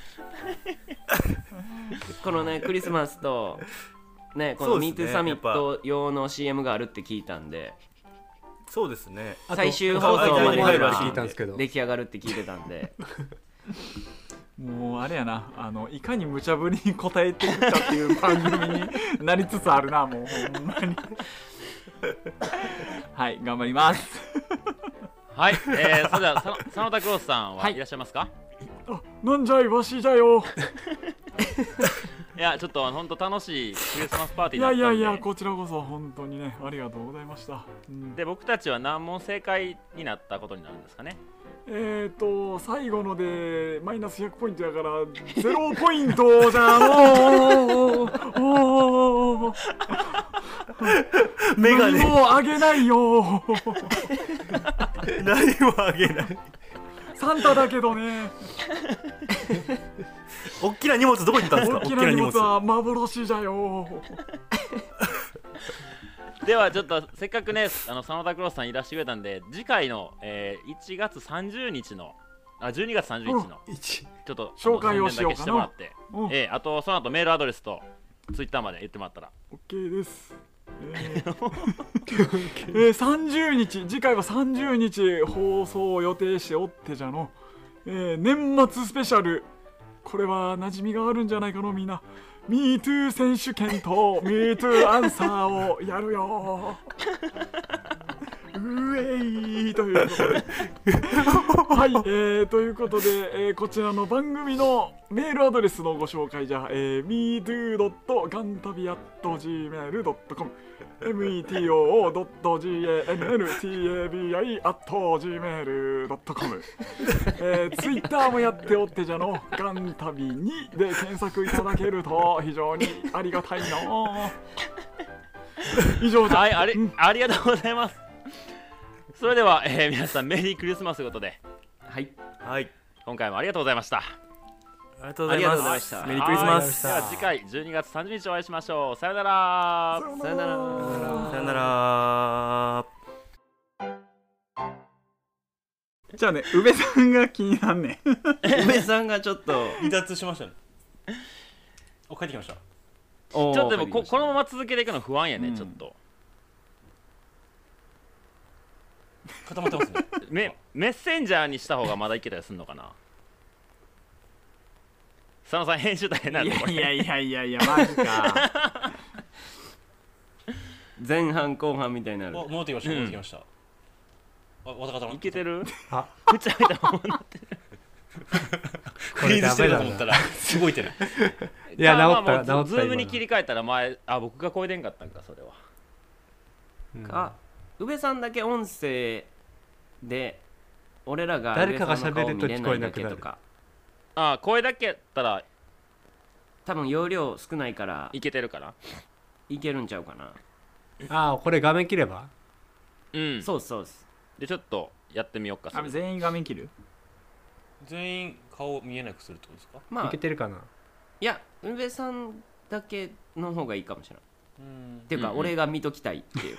このねクリスマスとねこの MeToo サミット用の CM があるって聞いたんで、 そうですね。 最終放送まで聞いたんですけど出来上がるって聞いてたんで。 もうあれやな、いかに無茶ぶりに答えていくかっていう番組になりつつあるな、もうほんまに。はい頑張ります。 はい、それではサノタクロースさんはいらっしゃいますか？ あ、なんじゃいわしじゃよ。 いやちょっと本当楽しいクリスマスパーティーだったんで。 いやこちらこそ本当にねありがとうございました。 で僕たちは何問正解になったことになるんですかね？ 最後のでマイナス100ポイントやから0ポイントじゃのー。 メガネ何もあげないよ。 何もあげない。 サンタだけどね。 大きな荷物どこに行ったんですか？ 大きな荷物は幻じゃよ。 ではちょっとせっかくねサノタクロースさんいらしてくれたんで、次回の、1月30日の12月30日のちょっと紹介をしようかな。 宣伝だけしてもらって、あとその後メールアドレスとツイッターまで言ってもらったら OK です。30日次回は30日放送を予定しておってじゃの、年末スペシャル、これは馴染みがあるんじゃないかのみんな。MeToo 選手権と MeToo アンサーをやるよ。うえいということではい、ということで、こちらの番組のメールアドレスのご紹介じゃ、metoo.gantabi@gmail.com meto.gantbi@gmail.com ツイッターもやっておってじゃの、ガンタビ2で検索いただけると非常にありがたいの。以上じゃ。 はい、ありがとうございます。それでは、皆さんメリークリスマスということで、 はい、 今回もありがとうございました。 ありがとうございました。メリークリスマス。 では次回12月30日お会いしましょう。さよなら。 さよなら。 さよなら。 じゃあね、宇部さんが気になんねん。 宇部さんがちょっと離脱しましたね。帰ってきました。 ちょっとでもこのまま続けていくの不安やね、ちょっと。 固まってますね。 メッセンジャーにした方がまだいけたりするのかな。佐野さん編集大変なんで。 いやマジか。 前半後半みたいになる。 戻ってきました。わたかたのいけてる？ あ、 口開いたままなってる。 フリーズしてると思ったら動いてる。 いや、治ったズームに切り替えたら僕が声でんかったんか、それは。 宇部さんだけ音声で俺らが誰かが喋ると聞こえなくなる。 声だけやったら多分容量少ないからいけてるからいけるんちゃうかな。 これ画面切れば？ そうです。 でちょっとやってみようか。 全員画面切る？ 全員顔見えなくするってことですか？ いけてるかな。 いや、宇部さんだけの方がいいかもしれない。っていうか、俺が見ときたいっていう。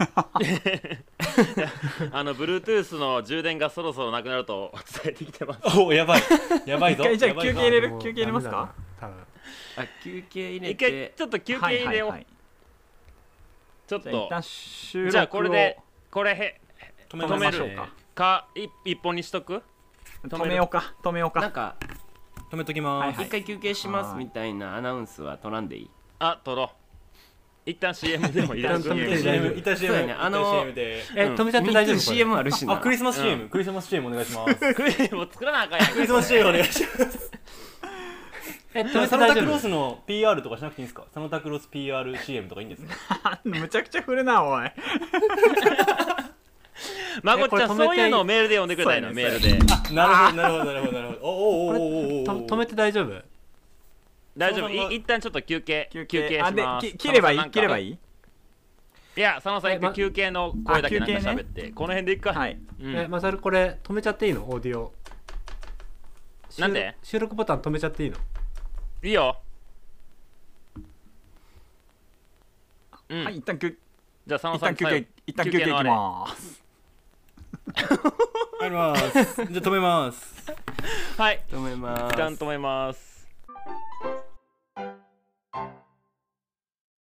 Bluetooth の充電がそろそろなくなると伝えてきてます。 お、やばいぞ。 じゃあ休憩入れる？休憩入れますか？ 休憩入れて。一回ちょっと休憩入れよう。ちょっとじゃあこれ止めるか一本にしとく？ 止めようか。 なんか止めときます。 一回休憩しますみたいなアナウンスは取らんでいい？ 取ろう。一旦 CM でもいいです。 一旦 CM で。 止めちゃって大丈夫？ CM あるしな。 クリスマス CM お願いします。 クリスマス作らなあかんやん。 クリスマス CM お願いします。 サノタクロスの PR とかしなくていいんですか？サノタクロス PRCM とかいいんですか？ むちゃくちゃ振るなおい。 まこっちゃんそういうのをメールで読んでくれたいの。メールで。 なるほどなるほどなるほどなるほど。お止めて大丈夫？ 大丈夫。一旦ちょっと休憩します。 切ればいい？いや、佐野さん一回休憩の声だけなんか喋って、この辺でいくか。 はい。 マサルこれ止めちゃっていいの？オーディオ。 なんで？ 収録ボタン止めちゃっていいの？ いいよ。 はい、一旦じゃあ佐野さん一旦休憩いきます。 あります。じゃあ止めます。 はい。 止めます。 一旦止めます。